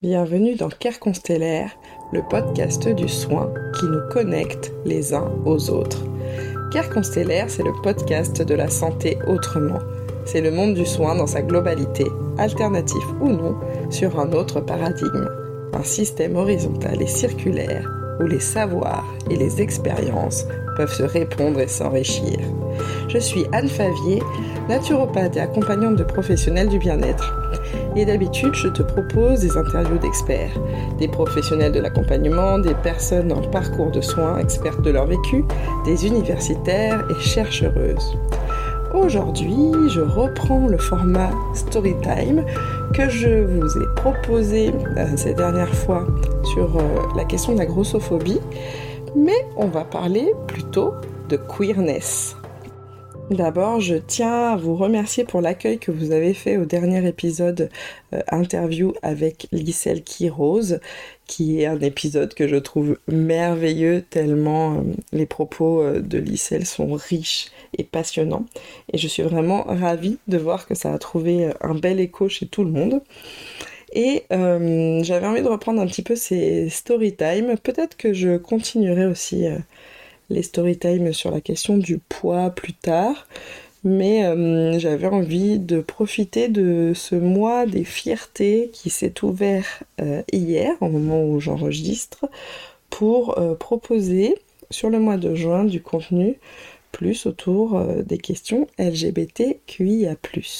Bienvenue dans Care Constellaire, le podcast du soin qui nous connecte les uns aux autres. Care Constellaire, c'est le podcast de la santé autrement. C'est le monde du soin dans sa globalité, alternatif ou non, sur un autre paradigme. Un système horizontal et circulaire où les savoirs et les expériences peuvent se répondre et s'enrichir. Je suis Anne Favier, naturopathe et accompagnante de professionnels du bien-être. Et d'habitude, je te propose des interviews d'experts, des professionnels de l'accompagnement, des personnes en parcours de soins, expertes de leur vécu, des universitaires et chercheuses. Aujourd'hui, je reprends le format Storytime que je vous ai proposé ces dernières fois sur la question de la grossophobie, mais on va parler plutôt de queerness. D'abord, je tiens à vous remercier pour l'accueil que vous avez fait au dernier épisode interview avec Lisselle Quiroz, qui est un épisode que je trouve merveilleux tellement les propos de Lisselle sont riches et passionnants. Et je suis vraiment ravie de voir que ça a trouvé un bel écho chez tout le monde. Et j'avais envie de reprendre un petit peu ces story time. Peut-être que je continuerai aussi les story time sur la question du poids plus tard, mais j'avais envie de profiter de ce mois des fiertés qui s'est ouvert hier, au moment où j'enregistre, pour proposer sur le mois de juin du contenu plus autour des questions LGBTQIA+.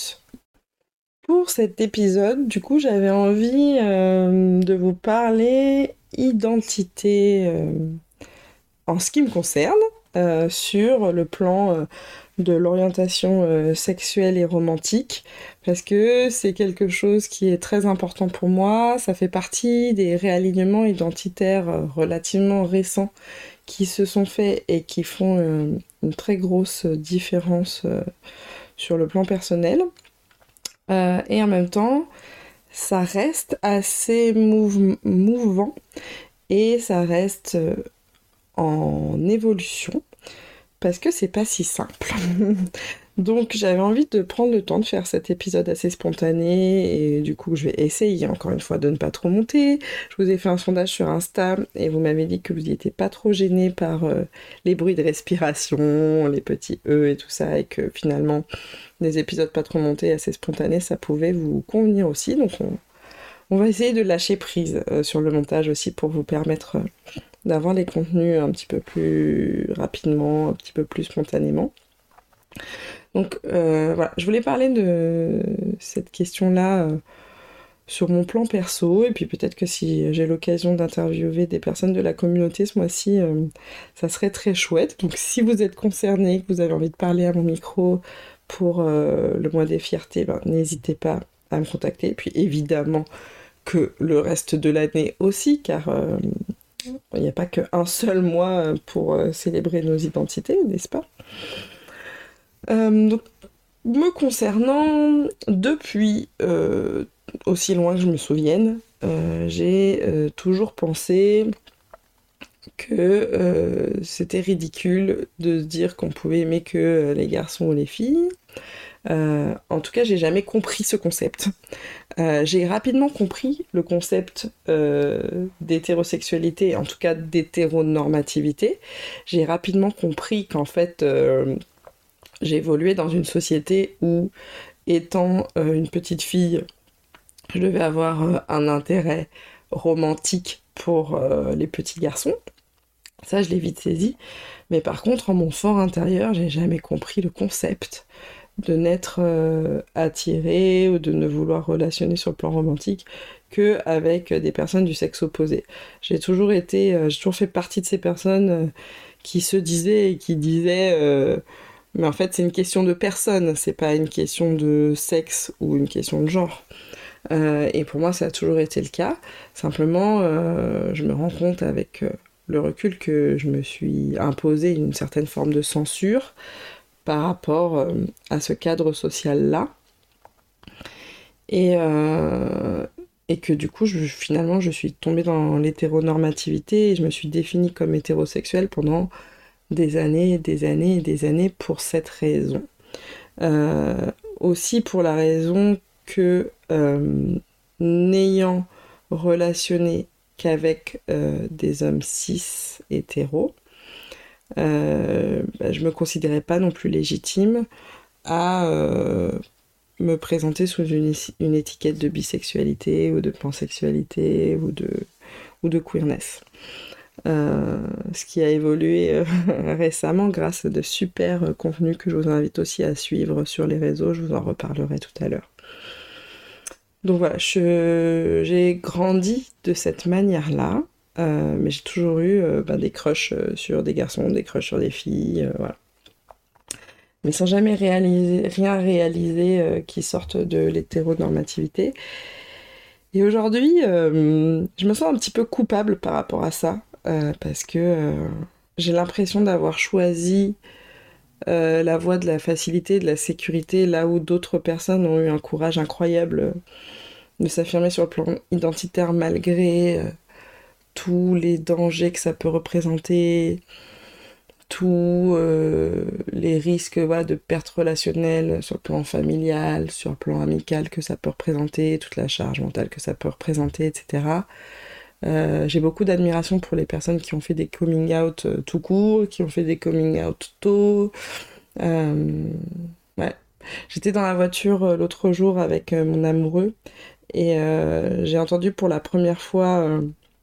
Pour cet épisode, du coup, j'avais envie de vous parler identité en ce qui me concerne, sur le plan de l'orientation sexuelle et romantique, parce que c'est quelque chose qui est très important pour moi. Ça fait partie des réalignements identitaires relativement récents qui se sont faits et qui font une très grosse différence sur le plan personnel. Et en même temps, ça reste assez mouvant et ça reste en évolution parce que c'est pas si simple. Donc j'avais envie de prendre le temps de faire cet épisode assez spontané et du coup je vais essayer encore une fois de ne pas trop monter. Je vous ai fait un sondage sur Insta et vous m'avez dit que vous n'y étiez pas trop gênés par les bruits de respiration, les petits et tout ça, et que finalement des épisodes pas trop montés, assez spontanés, ça pouvait vous convenir aussi. Donc on va essayer de lâcher prise sur le montage aussi pour vous permettre d'avoir les contenus un petit peu plus rapidement, un petit peu plus spontanément. Donc voilà, je voulais parler de cette question-là sur mon plan perso, et puis peut-être que si j'ai l'occasion d'interviewer des personnes de la communauté ce mois-ci, ça serait très chouette. Donc si vous êtes concerné, que vous avez envie de parler à mon micro pour le mois des fiertés, n'hésitez pas à me contacter. Et puis évidemment que le reste de l'année aussi, car il n'y a pas qu'un seul mois pour célébrer nos identités, n'est-ce pas ? Donc, me concernant, depuis aussi loin que je me souvienne, j'ai toujours pensé que c'était ridicule de se dire qu'on pouvait aimer que les garçons ou les filles. En tout cas, j'ai jamais compris ce concept. J'ai rapidement compris le concept d'hétérosexualité, en tout cas d'hétéronormativité. J'ai rapidement compris qu'en fait, j'évoluais dans une société où, étant une petite fille, je devais avoir un intérêt romantique pour les petits garçons. Ça, je l'ai vite saisi. Mais par contre, en mon fort intérieur, j'ai jamais compris le concept de n'être attiré ou de ne vouloir relationner sur le plan romantique que avec des personnes du sexe opposé. J'ai toujours fait partie de ces personnes qui se disaient et qui disaient mais en fait c'est une question de personne, c'est pas une question de sexe ou une question de genre. Et pour moi ça a toujours été le cas. Simplement je me rends compte avec le recul que je me suis imposé une certaine forme de censure par rapport à ce cadre social-là. Et que du coup, finalement, je suis tombée dans l'hétéronormativité et je me suis définie comme hétérosexuelle pendant des années et des années et des années pour cette raison. Aussi pour la raison que, n'ayant relationner qu'avec des hommes cis hétéros, je me considérais pas non plus légitime à me présenter sous une étiquette de bisexualité ou de pansexualité ou de queerness. Ce qui a évolué récemment grâce à de super contenus que je vous invite aussi à suivre sur les réseaux, je vous en reparlerai tout à l'heure. Donc voilà, j'ai grandi de cette manière-là, mais j'ai toujours eu des crushs sur des garçons, des crushs sur des filles, voilà. Mais sans jamais rien réaliser qui sorte de l'hétéronormativité. Et aujourd'hui, je me sens un petit peu coupable par rapport à ça, parce que j'ai l'impression d'avoir choisi la voie de la facilité, de la sécurité, là où d'autres personnes ont eu un courage incroyable de s'affirmer sur le plan identitaire malgré tous les dangers que ça peut représenter, tous les risques de perte relationnelle sur le plan familial, sur le plan amical que ça peut représenter, toute la charge mentale que ça peut représenter, etc. J'ai beaucoup d'admiration pour les personnes qui ont fait des coming out tout court, qui ont fait des coming out tôt. Ouais. J'étais dans la voiture l'autre jour avec mon amoureux et j'ai entendu pour la première fois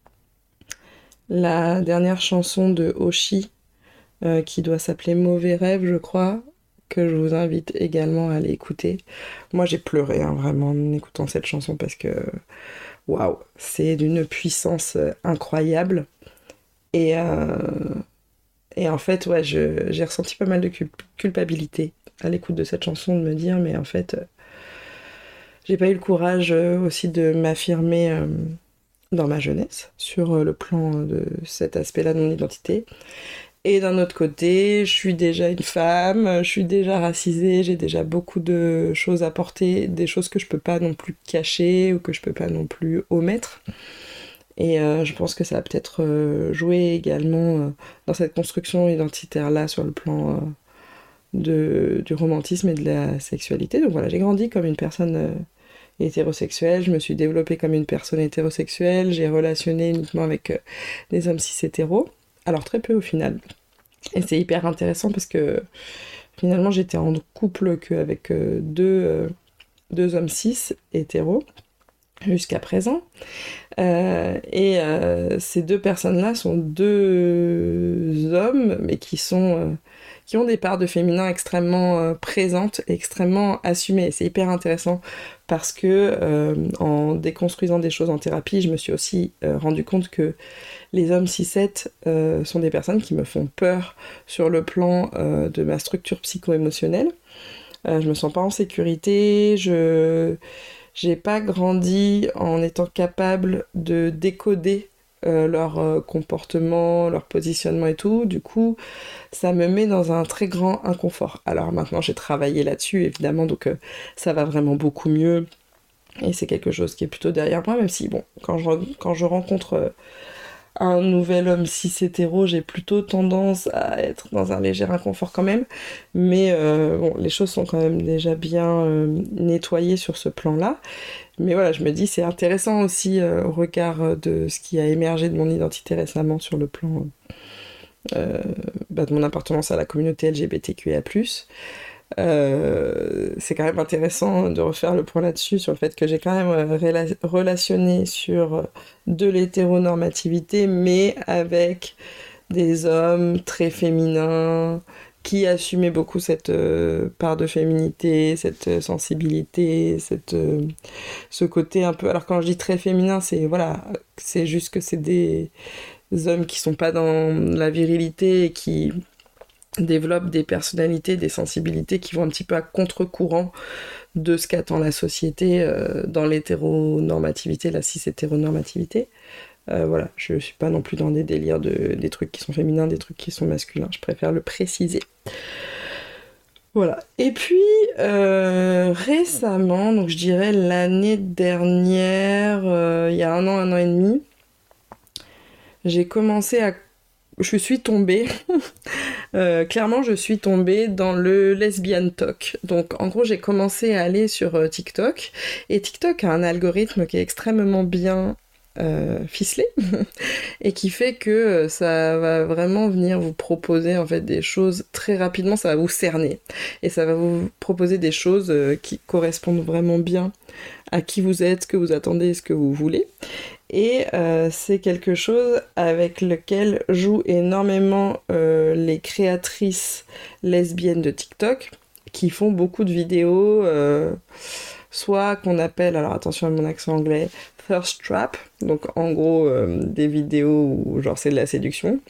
la dernière chanson de Oshi, qui doit s'appeler Mauvais Rêve, je crois, que je vous invite également à aller écouter. Moi, j'ai pleuré, vraiment, en écoutant cette chanson, parce que, waouh, c'est d'une puissance incroyable. Et en fait, ouais, j'ai ressenti pas mal de culpabilité à l'écoute de cette chanson, de me dire, mais en fait, j'ai pas eu le courage aussi de m'affirmer dans ma jeunesse, sur le plan de cet aspect-là de mon identité. Et d'un autre côté, je suis déjà une femme, je suis déjà racisée, j'ai déjà beaucoup de choses à porter, des choses que je peux pas non plus cacher ou que je peux pas non plus omettre. Et je pense que ça a peut-être joué également dans cette construction identitaire-là sur le plan du romantisme et de la sexualité. Donc voilà, j'ai grandi comme une personne hétérosexuelle, je me suis développée comme une personne hétérosexuelle, j'ai relationné uniquement avec des hommes cis hétéros. Alors très peu au final. Et c'est hyper intéressant parce que finalement j'étais en couple qu'avec deux hommes cis hétéros jusqu'à présent. Ces deux personnes-là sont deux hommes, mais qui ont des parts de féminin extrêmement présentes et extrêmement assumées. Et c'est hyper intéressant parce que en déconstruisant des choses en thérapie, je me suis aussi rendu compte que les hommes cis-het sont des personnes qui me font peur sur le plan de ma structure psycho-émotionnelle. Je me sens pas en sécurité, j'ai pas grandi en étant capable de décoder leur comportement, leur positionnement et tout. Du coup, ça me met dans un très grand inconfort. Alors maintenant, j'ai travaillé là-dessus, évidemment, donc ça va vraiment beaucoup mieux. Et c'est quelque chose qui est plutôt derrière moi, même si, bon, quand je rencontre un nouvel homme cis hétéro, j'ai plutôt tendance à être dans un léger inconfort quand même. Mais bon, les choses sont quand même déjà bien nettoyées sur ce plan-là. Mais voilà, je me dis, c'est intéressant aussi au regard de ce qui a émergé de mon identité récemment sur le plan de mon appartenance à la communauté LGBTQIA+. C'est quand même intéressant de refaire le point là-dessus, sur le fait que j'ai quand même relationné sur de l'hétéronormativité, mais avec des hommes très féminins, qui assumaient beaucoup cette part de féminité, cette sensibilité, ce côté un peu... Alors quand je dis très féminin, c'est juste que c'est des hommes qui sont pas dans la virilité et qui développent des personnalités, des sensibilités qui vont un petit peu à contre-courant de ce qu'attend la société dans l'hétéronormativité, la cis-hétéronormativité. Voilà, je suis pas non plus dans des délires des trucs qui sont féminins, des trucs qui sont masculins, je préfère le préciser. Voilà. Et puis, récemment, donc je dirais l'année dernière, il y a un an et demi, je suis tombée, clairement je suis tombée dans le lesbian talk. Donc en gros j'ai commencé à aller sur TikTok, et TikTok a un algorithme qui est extrêmement bien ficelé et qui fait que ça va vraiment venir vous proposer en fait des choses très rapidement, ça va vous cerner et ça va vous proposer des choses qui correspondent vraiment bien à qui vous êtes, ce que vous attendez, ce que vous voulez. Et c'est quelque chose avec lequel jouent énormément les créatrices lesbiennes de TikTok qui font beaucoup de vidéos, soit qu'on appelle, alors attention à mon accent anglais, thirst trap, donc en gros des vidéos où genre c'est de la séduction.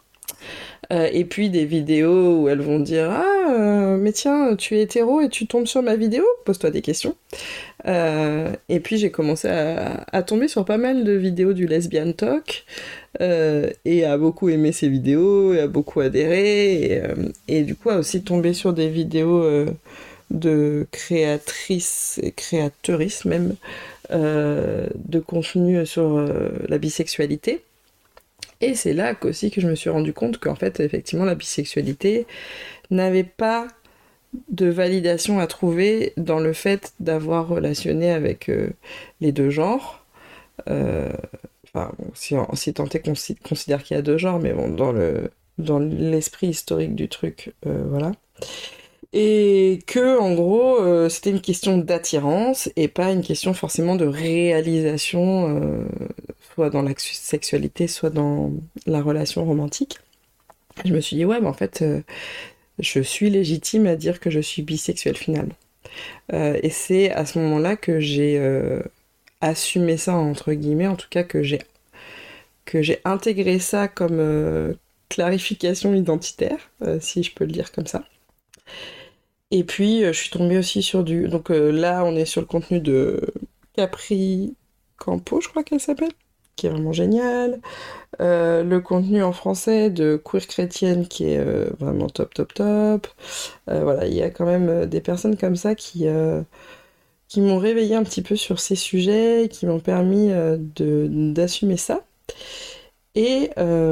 Et puis des vidéos où elles vont dire mais tiens, tu es hétéro et tu tombes sur ma vidéo, pose-toi des questions. Et puis j'ai commencé à tomber sur pas mal de vidéos du Lesbian Talk et à beaucoup aimer ces vidéos, et à beaucoup adhérer et du coup à aussi tomber sur des vidéos de créatrices et créateuristes même de contenu sur la bisexualité. Et c'est là qu'aussi que je me suis rendu compte qu'en fait, effectivement, la bisexualité n'avait pas de validation à trouver dans le fait d'avoir relationné avec les deux genres. Enfin, bon, si tant est qu'on considère qu'il y a deux genres, mais bon, dans l'esprit historique du truc, voilà. Et que, en gros, c'était une question d'attirance et pas une question forcément de réalisation, soit dans la sexualité, soit dans la relation romantique. Je me suis dit, ouais, mais en fait, je suis légitime à dire que je suis bisexuelle finalement. Et c'est à ce moment-là que j'ai assumé ça, entre guillemets, en tout cas que j'ai intégré ça comme clarification identitaire, si je peux le dire comme ça. Et puis, je suis tombée aussi sur du... Donc là, on est sur le contenu de Capri Campo, je crois qu'elle s'appelle, qui est vraiment génial. Le contenu en français de Queer Chrétienne, qui est vraiment top, top, top. Voilà, il y a quand même des personnes comme ça qui m'ont réveillée un petit peu sur ces sujets, qui m'ont permis d'assumer ça. Et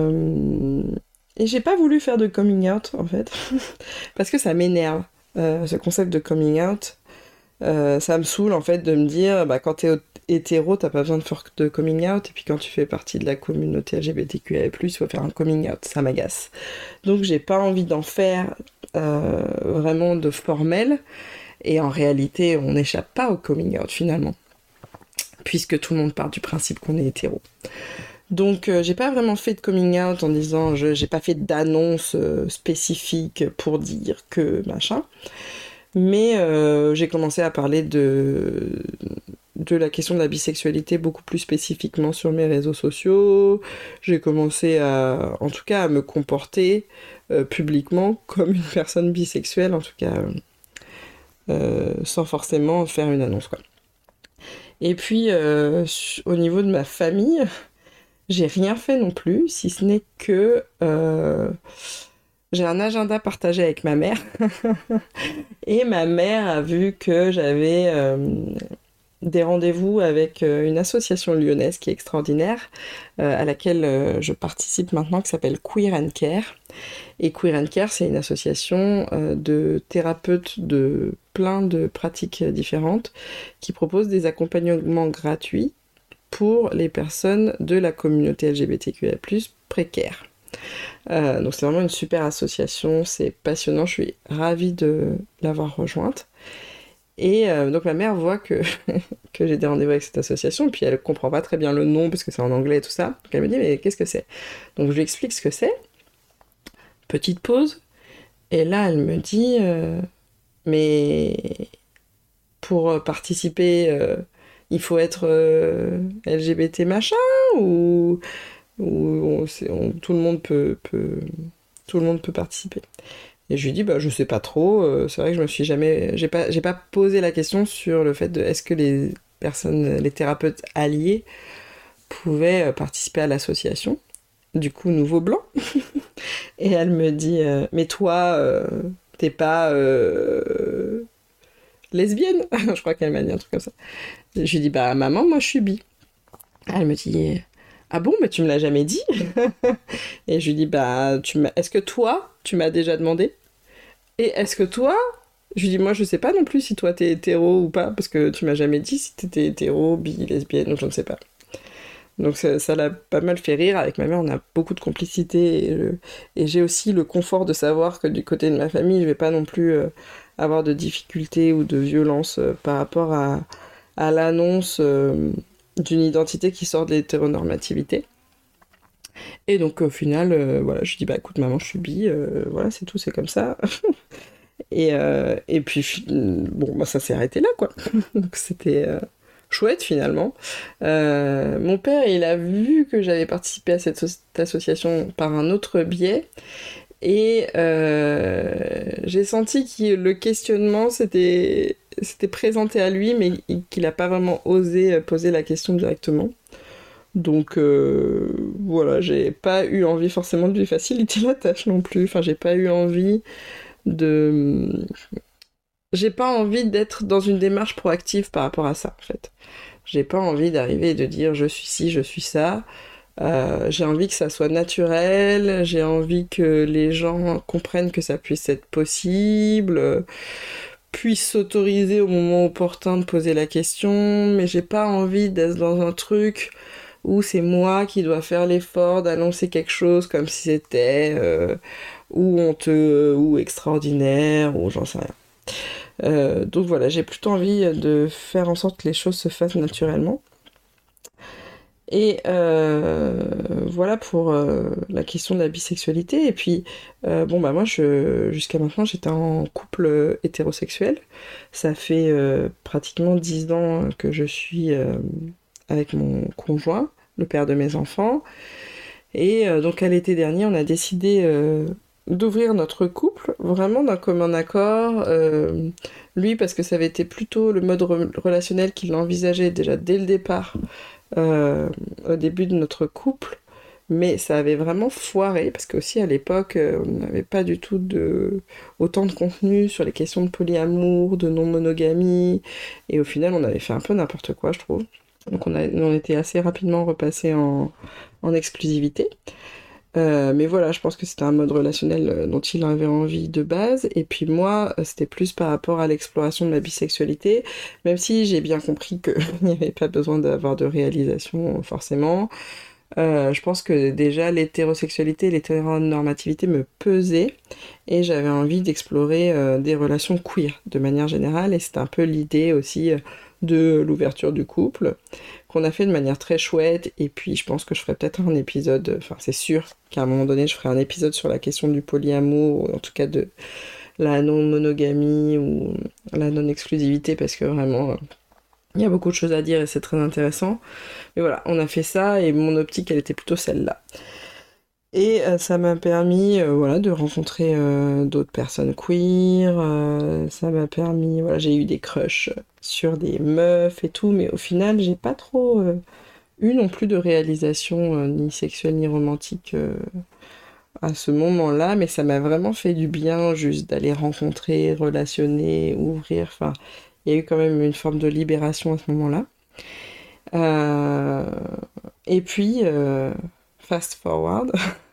j'ai pas voulu faire de coming out, en fait, parce que ça m'énerve. Ce concept de coming out, ça me saoule en fait de me dire quand t'es hétéro t'as pas besoin de faire de coming out et puis quand tu fais partie de la communauté LGBTQIA+, il faut faire un coming out, ça m'agace. Donc j'ai pas envie d'en faire vraiment de formel et en réalité on n'échappe pas au coming out finalement puisque tout le monde part du principe qu'on est hétéro. Donc j'ai pas vraiment fait de coming out en disant j'ai pas fait d'annonce spécifique pour dire que machin, mais j'ai commencé à parler de la question de la bisexualité beaucoup plus spécifiquement sur mes réseaux sociaux. J'ai commencé en tout cas à me comporter publiquement comme une personne bisexuelle, en tout cas sans forcément faire une annonce quoi. Et puis au niveau de ma famille, j'ai rien fait non plus, si ce n'est que j'ai un agenda partagé avec ma mère. Et ma mère a vu que j'avais des rendez-vous avec une association lyonnaise qui est extraordinaire, à laquelle je participe maintenant, qui s'appelle Queer and Care. Et Queer and Care, c'est une association de thérapeutes de plein de pratiques différentes qui propose des accompagnements gratuits pour les personnes de la communauté LGBTQIA+, précaires. Donc c'est vraiment une super association, c'est passionnant, je suis ravie de l'avoir rejointe. Et donc ma mère voit que j'ai des rendez-vous avec cette association, puis elle comprend pas très bien le nom, parce que c'est en anglais et tout ça. Donc elle me dit, mais qu'est-ce que c'est ? Donc je lui explique ce que c'est. Petite pause. Et là, elle me dit, mais pour participer... il faut être LGBT machin ou tout le monde peut participer. Et je lui dis je sais pas trop. C'est vrai que je me suis jamais, j'ai pas posé la question sur le fait de est-ce que les thérapeutes alliés pouvaient participer à l'association. Du coup, nouveau blanc. Et elle me dit mais toi t'es pas lesbienne. Je crois qu'elle m'a dit un truc comme ça. Je lui dis maman, moi je suis bi. Elle me dit ah bon, mais tu me l'as jamais dit. Et je lui dis est-ce que toi tu m'as déjà demandé, et est-ce que toi, je lui dis moi je sais pas non plus si toi t'es hétéro ou pas, parce que tu m'as jamais dit si t'étais hétéro, bi, lesbienne, ou je ne sais pas. Donc ça l'a pas mal fait rire. Avec ma mère, on a beaucoup de complicité et j'ai aussi le confort de savoir que du côté de ma famille, je vais pas non plus avoir de difficultés ou de violence par rapport à l'annonce d'une identité qui sort de l'hétéronormativité. Et donc au final, voilà, je dis bah écoute maman, je suis bi, voilà c'est tout, c'est comme ça. Et puis bon bah ça s'est arrêté là quoi. Donc c'était chouette finalement. Mon père il a vu que j'avais participé à cette association par un autre biais. Et j'ai senti que le questionnement s'était présenté à lui, mais qu'il n'a pas vraiment osé poser la question directement. Donc voilà, j'ai pas eu envie forcément de lui faciliter la tâche non plus. Enfin, j'ai pas eu envie de. J'ai pas envie d'être dans une démarche proactive par rapport à ça, en fait. J'ai pas envie d'arriver et de dire je suis ci, je suis ça. J'ai envie que ça soit naturel, j'ai envie que les gens comprennent que ça puisse être possible, puissent s'autoriser au moment opportun de poser la question, mais j'ai pas envie d'être dans un truc où c'est moi qui dois faire l'effort d'annoncer quelque chose comme si c'était ou honteux ou extraordinaire ou j'en sais rien. Donc voilà, j'ai plutôt envie de faire en sorte que les choses se fassent naturellement. Et voilà pour la question de la bisexualité. Et puis, bon, bah moi, jusqu'à maintenant, j'étais en couple hétérosexuel. Ça fait pratiquement 10 ans que je suis avec mon conjoint, le père de mes enfants. Et donc, à l'été dernier, on a décidé d'ouvrir notre couple, vraiment d'un commun accord. Lui, parce que ça avait été plutôt le mode relationnel qu'il envisageait déjà dès le départ au début de notre couple, mais ça avait vraiment foiré parce qu'aussi à l'époque on n'avait pas du tout autant de contenu sur les questions de polyamour, de non-monogamie, et au final on avait fait un peu n'importe quoi je trouve. Donc on était assez rapidement repassé en exclusivité. Mais voilà, je pense que c'était un mode relationnel dont il avait envie de base. Et puis moi, c'était plus par rapport à l'exploration de ma bisexualité, même si j'ai bien compris qu'il n'y avait pas besoin d'avoir de réalisation forcément. Je pense que déjà l'hétérosexualité et l'hétéronormativité me pesaient et j'avais envie d'explorer des relations queer de manière générale, et c'était un peu l'idée aussi de l'ouverture du couple qu'on a fait de manière très chouette. Et puis je pense que je ferai peut-être un épisode, enfin c'est sûr qu'à un moment donné je ferai un épisode sur la question du polyamour, ou en tout cas de la non-monogamie ou la non-exclusivité, parce que vraiment il y a beaucoup de choses à dire et c'est très intéressant. Mais voilà, on a fait ça et mon optique elle était plutôt celle-là. Et ça m'a permis voilà, de rencontrer d'autres personnes queer, ça m'a permis, voilà, j'ai eu des crushs sur des meufs et tout, mais au final j'ai pas trop eu non plus de réalisation ni sexuelle ni romantique à ce moment-là, mais ça m'a vraiment fait du bien juste d'aller rencontrer, relationner, ouvrir, enfin, il y a eu quand même une forme de libération à ce moment-là. Euh, et puis, fast forward,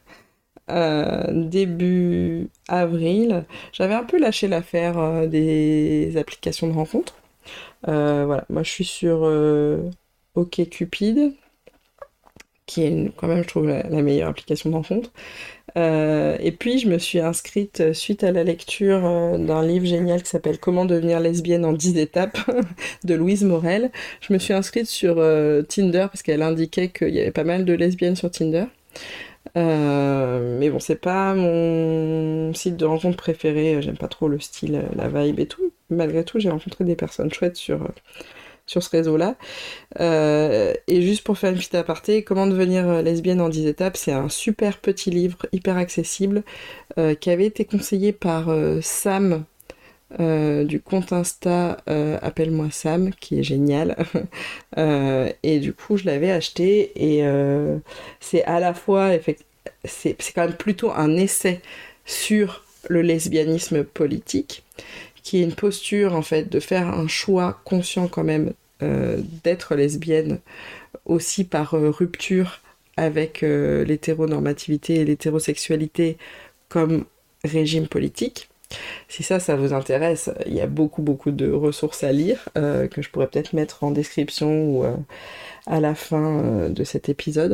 début avril, j'avais un peu lâché l'affaire des applications de rencontres. Voilà, moi je suis sur OkCupid, qui est quand même, je trouve, la meilleure application de rencontre. Et puis je me suis inscrite suite à la lecture d'un livre génial qui s'appelle Comment devenir lesbienne en 10 étapes de Louise Morel. Je me suis inscrite sur Tinder parce qu'elle indiquait qu'il y avait pas mal de lesbiennes sur Tinder. Mais bon, c'est pas mon site de rencontre préféré, j'aime pas trop le style, la vibe et tout. Malgré tout, j'ai rencontré des personnes chouettes sur ce réseau-là. Et juste pour faire une petite aparté, Comment devenir lesbienne en 10 étapes, c'est un super petit livre, hyper accessible, qui avait été conseillé par Sam, du compte Insta Appelle-moi Sam, qui est génial. Et du coup, je l'avais acheté, et c'est à la fois, c'est quand même plutôt un essai sur le lesbianisme politique, qui est une posture en fait de faire un choix conscient quand même d'être lesbienne, aussi par rupture avec l'hétéronormativité et l'hétérosexualité comme régime politique. Si ça vous intéresse, il y a beaucoup de ressources à lire que je pourrais peut-être mettre en description ou à la fin de cet épisode.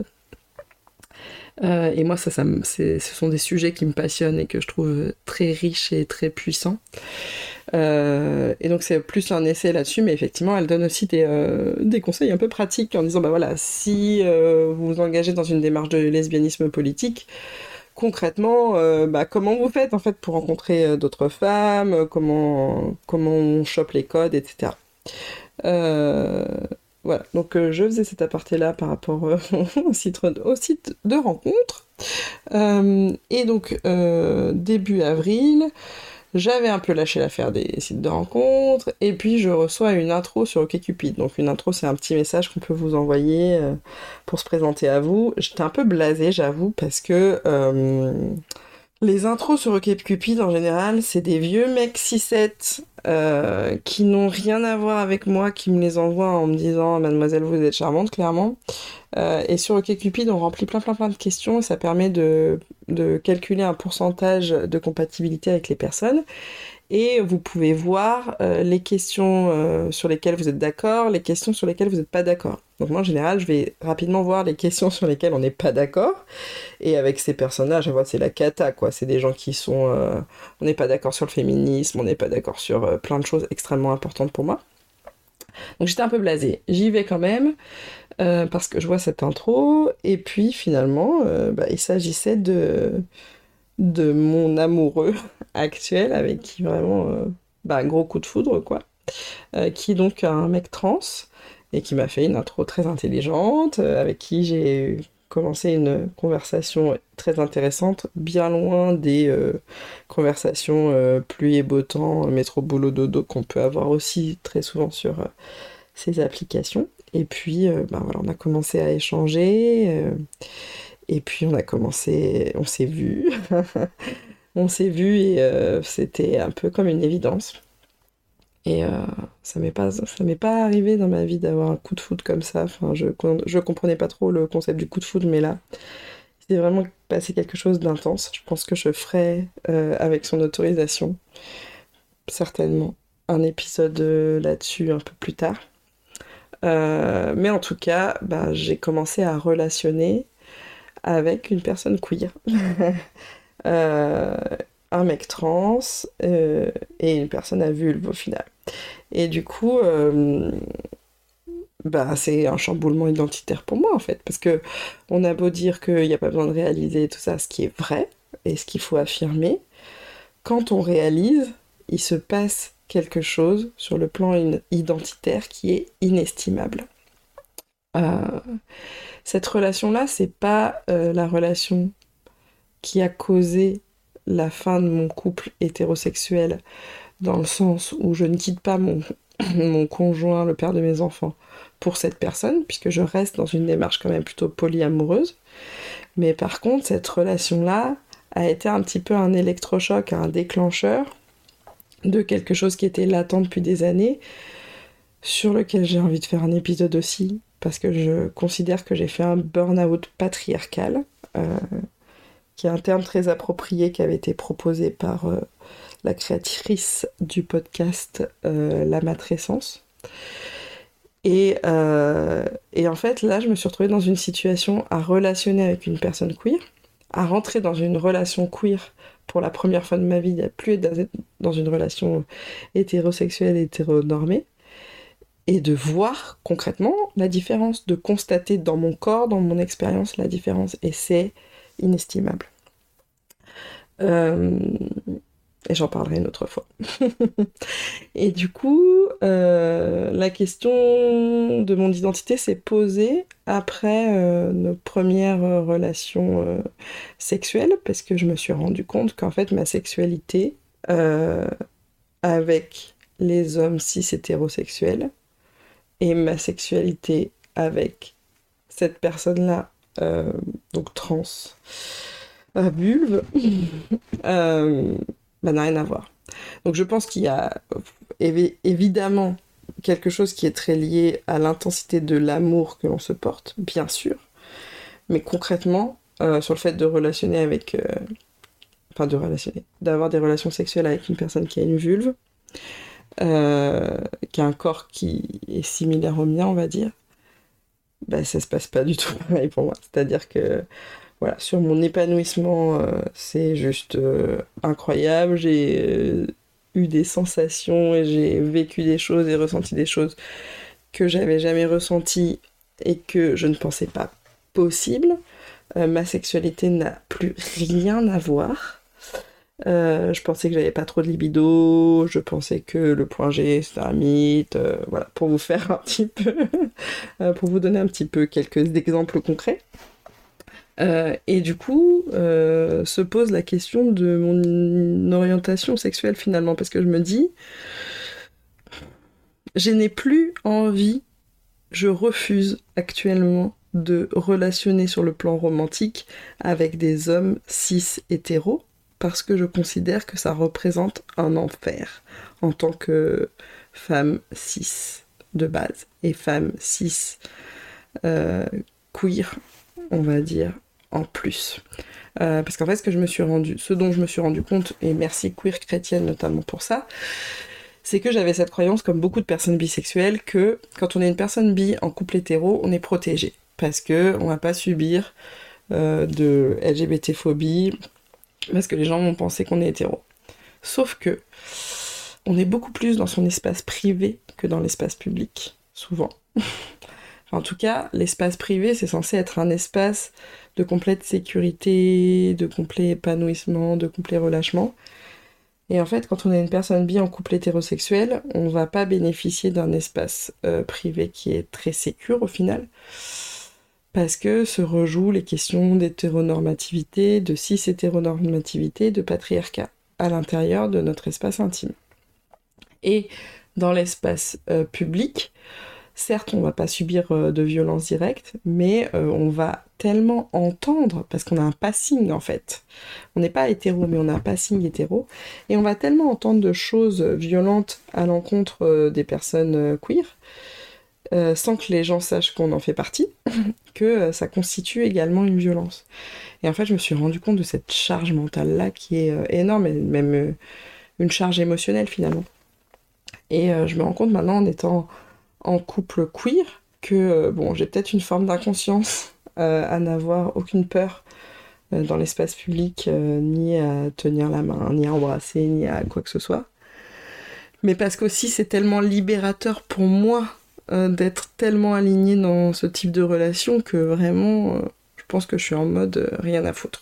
Et moi, ce sont des sujets qui me passionnent et que je trouve très riches et très puissants. Et donc c'est plus un essai là-dessus, mais effectivement, elle donne aussi des conseils un peu pratiques en disant, bah voilà, si vous vous engagez dans une démarche de lesbianisme politique, concrètement, comment vous faites en fait pour rencontrer d'autres femmes, comment on chope les codes, etc. Euh, voilà, donc je faisais cet aparté-là par rapport au site de rencontre. Et donc, début avril, j'avais un peu lâché l'affaire des sites de rencontres, et puis je reçois une intro sur OkCupid. Donc une intro, c'est un petit message qu'on peut vous envoyer pour se présenter à vous. J'étais un peu blasée, j'avoue, parce que les intros sur OkCupid, en général, c'est des vieux mecs 6-7 qui n'ont rien à voir avec moi, qui me les envoient en me disant « Mademoiselle, vous êtes charmante, clairement ». Et sur OkCupid, on remplit plein de questions et ça permet de calculer un pourcentage de compatibilité avec les personnes. Et vous pouvez voir les questions sur lesquelles vous êtes d'accord, les questions sur lesquelles vous n'êtes pas d'accord. Donc moi, en général, je vais rapidement voir les questions sur lesquelles on n'est pas d'accord. Et avec ces personnages, c'est la cata, quoi. C'est des gens qui sont... on n'est pas d'accord sur le féminisme, on n'est pas d'accord sur plein de choses extrêmement importantes pour moi. Donc j'étais un peu blasée. J'y vais quand même, parce que je vois cette intro, et puis finalement, il s'agissait de mon amoureux actuel, avec qui vraiment, un gros coup de foudre, quoi. Qui est donc un mec trans, et qui m'a fait une intro très intelligente, avec qui j'ai commencé une conversation très intéressante, bien loin des conversations pluie et beau temps, métro boulot dodo qu'on peut avoir aussi très souvent sur ces applications. Et puis, on a commencé à échanger, et puis on s'est vu, on s'est vu et c'était un peu comme une évidence. Et ça m'est pas arrivé dans ma vie d'avoir un coup de foudre comme ça. Enfin, je comprenais pas trop le concept du coup de foudre, mais là, c'est vraiment passé quelque chose d'intense. Je pense que je ferai, avec son autorisation, certainement, un épisode là-dessus un peu plus tard. Mais en tout cas, j'ai commencé à relationner avec une personne queer. Euh, un mec trans et une personne à vulve au final. Et du coup, c'est un chamboulement identitaire pour moi en fait, parce que on a beau dire qu'il n'y a pas besoin de réaliser tout ça, ce qui est vrai et ce qu'il faut affirmer, quand on réalise, il se passe quelque chose sur le plan identitaire qui est inestimable. Euh, cette relation-là, c'est pas la relation qui a causé la fin de mon couple hétérosexuel, dans le sens où je ne quitte pas mon conjoint, le père de mes enfants, pour cette personne, puisque je reste dans une démarche quand même plutôt polyamoureuse. Mais par contre, cette relation-là a été un petit peu un électrochoc, un déclencheur de quelque chose qui était latent depuis des années, sur lequel j'ai envie de faire un épisode aussi, parce que je considère que j'ai fait un burn-out patriarcal, qui est un terme très approprié qui avait été proposé par la créatrice du podcast La Matrescence. Et en fait, là, je me suis retrouvée dans une situation à relationner avec une personne queer, à rentrer dans une relation queer pour la première fois de ma vie, à plus être dans une relation hétérosexuelle, hétéronormée, et de voir concrètement la différence, de constater dans mon corps, dans mon expérience, la différence. Et c'est inestimable. Et j'en parlerai une autre fois. Et du coup, la question de mon identité s'est posée après nos premières relations sexuelles, parce que je me suis rendu compte qu'en fait, ma sexualité avec les hommes cis hétérosexuels et ma sexualité avec cette personne-là, donc trans, vulve, n'a rien à voir. Donc je pense qu'il y a évidemment quelque chose qui est très lié à l'intensité de l'amour que l'on se porte, bien sûr, mais concrètement, sur le fait de relationner avec d'avoir des relations sexuelles avec une personne qui a une vulve, qui a un corps qui est similaire au mien, on va dire, bah ça se passe pas du tout pareil pour moi. C'est-à-dire que voilà, sur mon épanouissement, c'est juste incroyable. J'ai eu des sensations et j'ai vécu des choses et ressenti des choses que j'avais jamais ressenties et que je ne pensais pas possible. Ma sexualité n'a plus rien à voir. Je pensais que j'avais pas trop de libido, je pensais que le point G c'était un mythe, voilà, pour vous faire un petit peu, pour vous donner un petit peu quelques exemples concrets. Et du coup, se pose la question de mon orientation sexuelle finalement, parce que je me dis, je n'ai plus envie, je refuse actuellement de relationner sur le plan romantique avec des hommes cis hétéros, parce que je considère que ça représente un enfer en tant que femme cis de base et femme cis queer, on va dire, en plus. Parce qu'en fait, ce dont je me suis rendu compte, et merci queer chrétienne notamment pour ça, c'est que j'avais cette croyance, comme beaucoup de personnes bisexuelles, que quand on est une personne bi en couple hétéro, on est protégé. Parce que on va pas subir de LGBT-phobie, parce que les gens vont penser qu'on est hétéro. Sauf que on est beaucoup plus dans son espace privé que dans l'espace public, souvent. En tout cas, l'espace privé, c'est censé être un espace de complète sécurité, de complet épanouissement, de complet relâchement. Et en fait, quand on est une personne bi en couple hétérosexuel, on va pas bénéficier d'un espace privé qui est très sécure au final, parce que se rejouent les questions d'hétéronormativité, de cis-hétéronormativité, de patriarcat à l'intérieur de notre espace intime. Et dans l'espace public, certes, on va pas subir de violence directe, mais on va tellement entendre, parce qu'on a un passing en fait. On n'est pas hétéro, mais on a un passing hétéro, et on va tellement entendre de choses violentes à l'encontre des personnes queer, sans que les gens sachent qu'on en fait partie, que ça constitue également une violence. Et en fait, je me suis rendu compte de cette charge mentale-là qui est énorme, et même une charge émotionnelle finalement. Et je me rends compte maintenant en étant en couple queer que bon, j'ai peut-être une forme d'inconscience à n'avoir aucune peur dans l'espace public, ni à tenir la main, ni à embrasser, ni à quoi que ce soit. Mais parce qu'aussi c'est tellement libérateur pour moi d'être tellement alignée dans ce type de relation que vraiment, je pense que je suis en mode rien à foutre.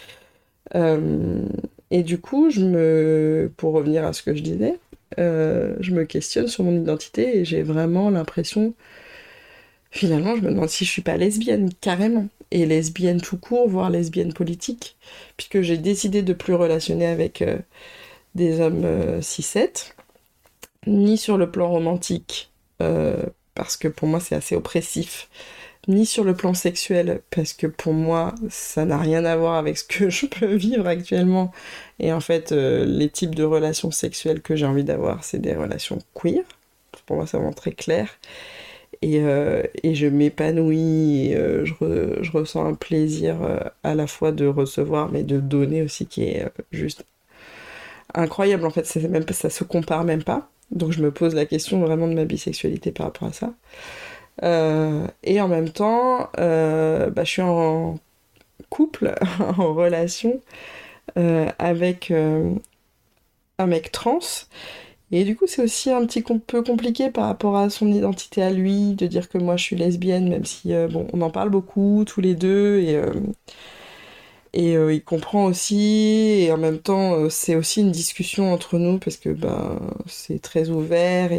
Et du coup, pour revenir à ce que je disais, je me questionne sur mon identité et j'ai vraiment l'impression, finalement, je me demande si je suis pas lesbienne, carrément. Et lesbienne tout court, voire lesbienne politique, puisque j'ai décidé de plus relationner avec des hommes cis-het, ni sur le plan romantique, parce que pour moi c'est assez oppressif, ni sur le plan sexuel, parce que pour moi ça n'a rien à voir avec ce que je peux vivre actuellement. Et en fait, les types de relations sexuelles que j'ai envie d'avoir, c'est des relations queer. Pour moi, c'est vraiment très clair. Et je m'épanouis, et je ressens un plaisir à la fois de recevoir, mais de donner aussi, qui est juste incroyable. En fait, ça se compare même pas. Donc je me pose la question vraiment de ma bisexualité par rapport à ça. Et en même temps, je suis en couple, en relation, avec un mec trans. Et du coup, c'est aussi un petit peu compliqué par rapport à son identité à lui, de dire que moi je suis lesbienne, même si, bon, on en parle beaucoup, tous les deux, et il comprend aussi, et en même temps, c'est aussi une discussion entre nous, parce que c'est très ouvert,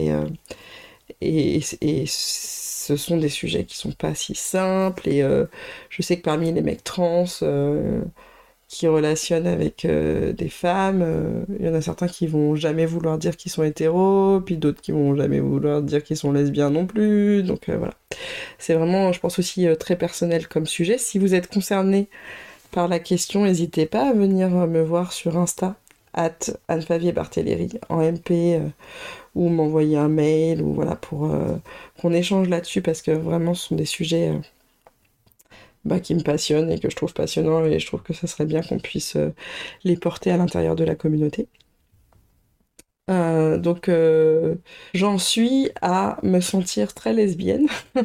et ce sont des sujets qui sont pas si simples, et je sais que parmi les mecs trans qui relationnent avec des femmes, il y en a certains qui vont jamais vouloir dire qu'ils sont hétéros, puis d'autres qui vont jamais vouloir dire qu'ils sont lesbiens non plus, donc voilà. C'est vraiment, je pense aussi, très personnel comme sujet. Si vous êtes concerné par la question, n'hésitez pas à venir me voir sur Insta, @AnneFavierBarthéléry, en MP, ou m'envoyer un mail, ou voilà, pour qu'on échange là-dessus, parce que vraiment ce sont des sujets qui me passionnent et que je trouve passionnants, et je trouve que ça serait bien qu'on puisse les porter à l'intérieur de la communauté. Donc j'en suis à me sentir très lesbienne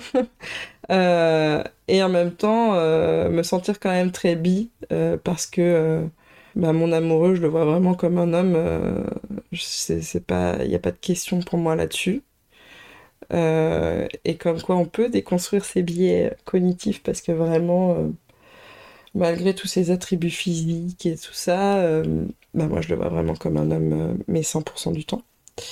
et en même temps me sentir quand même très bi parce que mon amoureux, je le vois vraiment comme un homme. C'est pas, il n'y a pas de question pour moi là-dessus. Et comme quoi on peut déconstruire ses biais cognitifs parce que vraiment, malgré tous ses attributs physiques et tout ça, moi je le vois vraiment comme un homme, mais 100% du temps.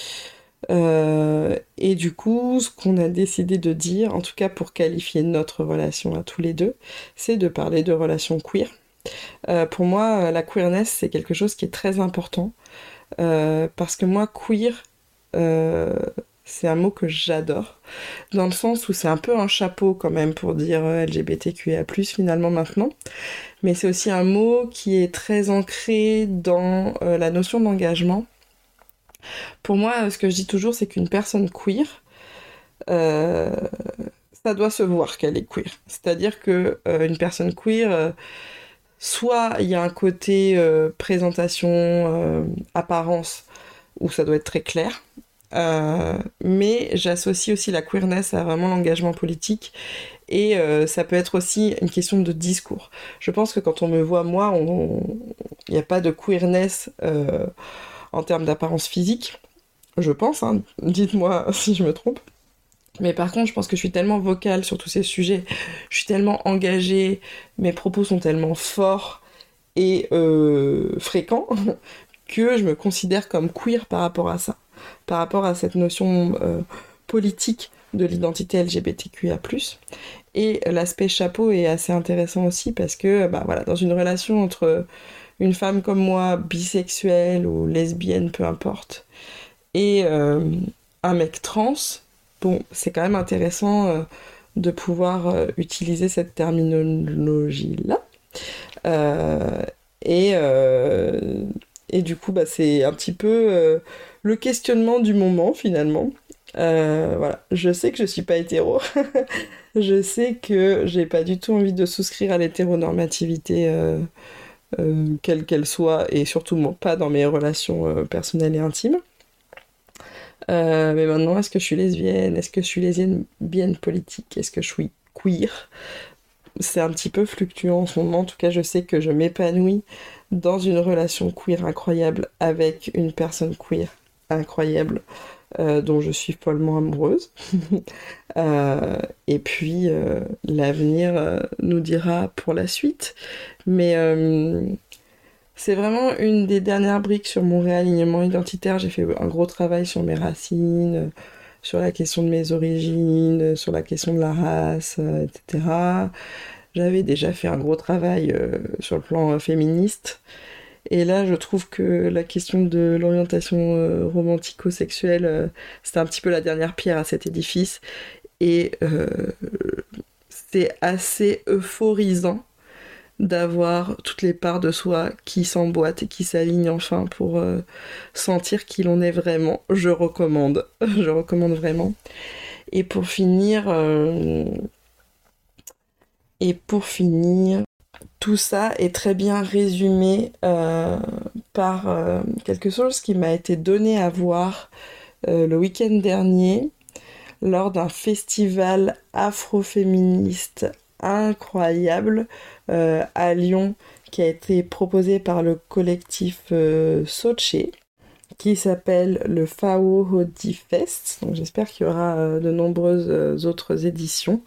Et du coup, ce qu'on a décidé de dire, en tout cas pour qualifier notre relation à tous les deux, c'est de parler de relation queer. Pour moi, la queerness, c'est quelque chose qui est très important, parce que moi, queer, euh, c'est un mot que j'adore, dans le sens où c'est un peu un chapeau quand même pour dire LGBTQIA+, finalement maintenant, mais c'est aussi un mot qui est très ancré dans la notion d'engagement. Pour moi, ce que je dis toujours, c'est qu'une personne queer, euh, ça doit se voir qu'elle est queer. C'est-à-dire que une personne queer, soit il y a un côté présentation, apparence, où ça doit être très clair, mais j'associe aussi la queerness à vraiment l'engagement politique, et ça peut être aussi une question de discours. Je pense que quand on me voit, moi, il n'y a pas de queerness en termes d'apparence physique, je pense, hein, dites-moi si je me trompe. Mais par contre, je pense que je suis tellement vocale sur tous ces sujets, je suis tellement engagée, mes propos sont tellement forts et fréquents que je me considère comme queer par rapport à ça, par rapport à cette notion politique de l'identité LGBTQIA+. Et l'aspect chapeau est assez intéressant aussi parce que voilà, dans une relation entre une femme comme moi, bisexuelle ou lesbienne, peu importe, et un mec trans, bon, c'est quand même intéressant de pouvoir utiliser cette terminologie-là. Euh, et, euh, et du coup, c'est un petit peu le questionnement du moment, finalement. Voilà, je sais que je suis pas hétéro. Je sais que j'ai pas du tout envie de souscrire à l'hétéronormativité, quelle qu'elle soit, et surtout pas dans mes relations personnelles et intimes. Mais maintenant, est-ce que je suis lesbienne? Est-ce que je suis lesbienne politique? Est-ce que je suis queer? C'est un petit peu fluctuant en ce moment. En tout cas, je sais que je m'épanouis dans une relation queer incroyable avec une personne queer incroyable dont je suis follement amoureuse. Et puis, l'avenir nous dira pour la suite. Mais c'est vraiment une des dernières briques sur mon réalignement identitaire. J'ai fait un gros travail sur mes racines, sur la question de mes origines, sur la question de la race, etc. J'avais déjà fait un gros travail sur le plan féministe. Et là, je trouve que la question de l'orientation romantico-sexuelle, c'était un petit peu la dernière pierre à cet édifice. Et c'est assez euphorisant d'avoir toutes les parts de soi qui s'emboîtent et qui s'alignent enfin pour sentir qui l'on est vraiment. Je recommande. Je recommande vraiment. Et pour finir, tout ça est très bien résumé par quelque chose qui m'a été donné à voir le week-end dernier lors d'un festival afroféministe incroyable à Lyon qui a été proposé par le collectif Soche, qui s'appelle le Fao Hodi Fest. Donc j'espère qu'il y aura de nombreuses autres éditions.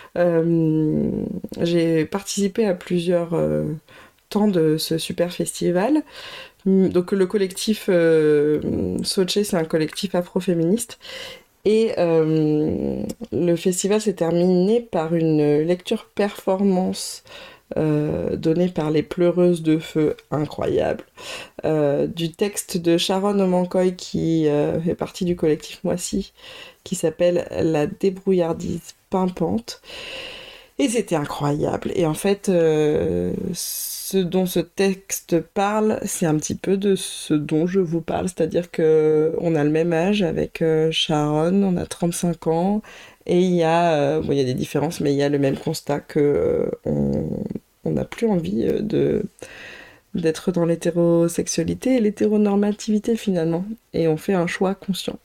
J'ai participé à plusieurs temps de ce super festival. Donc le collectif Soche, c'est un collectif afroféministe. Et le festival s'est terminé par une lecture performance donnée par les Pleureuses de Feu, incroyable, du texte de Sharon Omankoy qui fait partie du collectif Moissy, qui s'appelle La débrouillardise pimpante. Et c'était incroyable. Et en fait, ce dont ce texte parle, c'est un petit peu de ce dont je vous parle. C'est-à-dire que on a le même âge avec Sharon, on a 35 ans. Et il y a des différences, mais il y a le même constat que on n'a plus envie d'être dans l'hétérosexualité et l'hétéronormativité finalement. Et on fait un choix conscient.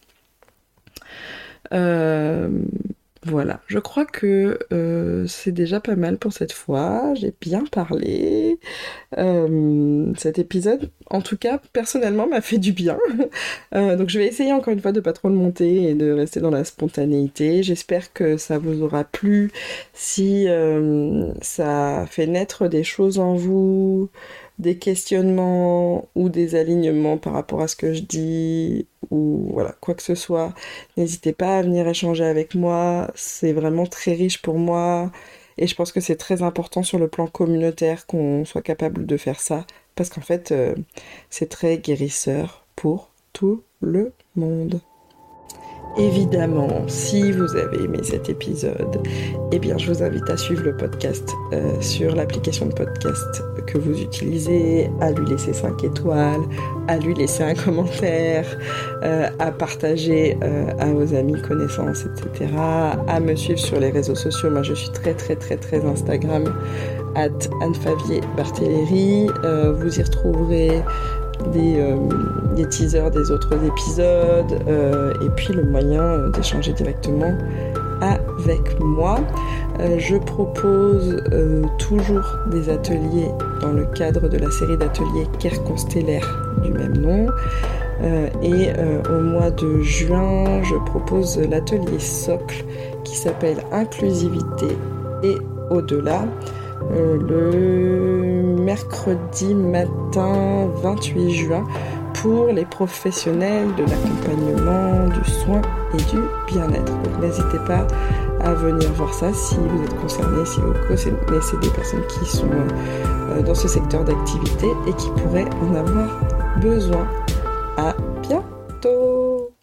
Voilà, je crois que c'est déjà pas mal pour cette fois. J'ai bien parlé. Cet épisode, en tout cas, personnellement, m'a fait du bien. Donc je vais essayer encore une fois de pas trop le monter et de rester dans la spontanéité. J'espère que ça vous aura plu. Si ça fait naître des choses en vous, des questionnements ou des alignements par rapport à ce que je dis, ou voilà, quoi que ce soit, n'hésitez pas à venir échanger avec moi. C'est vraiment très riche pour moi. Et je pense que c'est très important sur le plan communautaire qu'on soit capable de faire ça, parce qu'en fait, c'est très guérisseur pour tout le monde. Évidemment, si vous avez aimé cet épisode, eh bien, je vous invite à suivre le podcast sur l'application de podcast que vous utilisez, à lui laisser 5 étoiles, à lui laisser un commentaire, à partager à vos amis, connaissances, etc., à me suivre sur les réseaux sociaux. Moi, je suis très Instagram, @AnneFavier-Barthéléry. Vous y retrouverez des teasers des autres épisodes et puis le moyen d'échanger directement avec moi. Je propose toujours des ateliers dans le cadre de la série d'ateliers Care Constellaire du même nom. Et au mois de juin, je propose l'atelier socle qui s'appelle Inclusivité et au-delà. Le mercredi matin 28 juin pour les professionnels de l'accompagnement, du soin et du bien-être. Donc n'hésitez pas à venir voir ça si vous êtes concerné, si vous connaissez des personnes qui sont dans ce secteur d'activité et qui pourraient en avoir besoin. À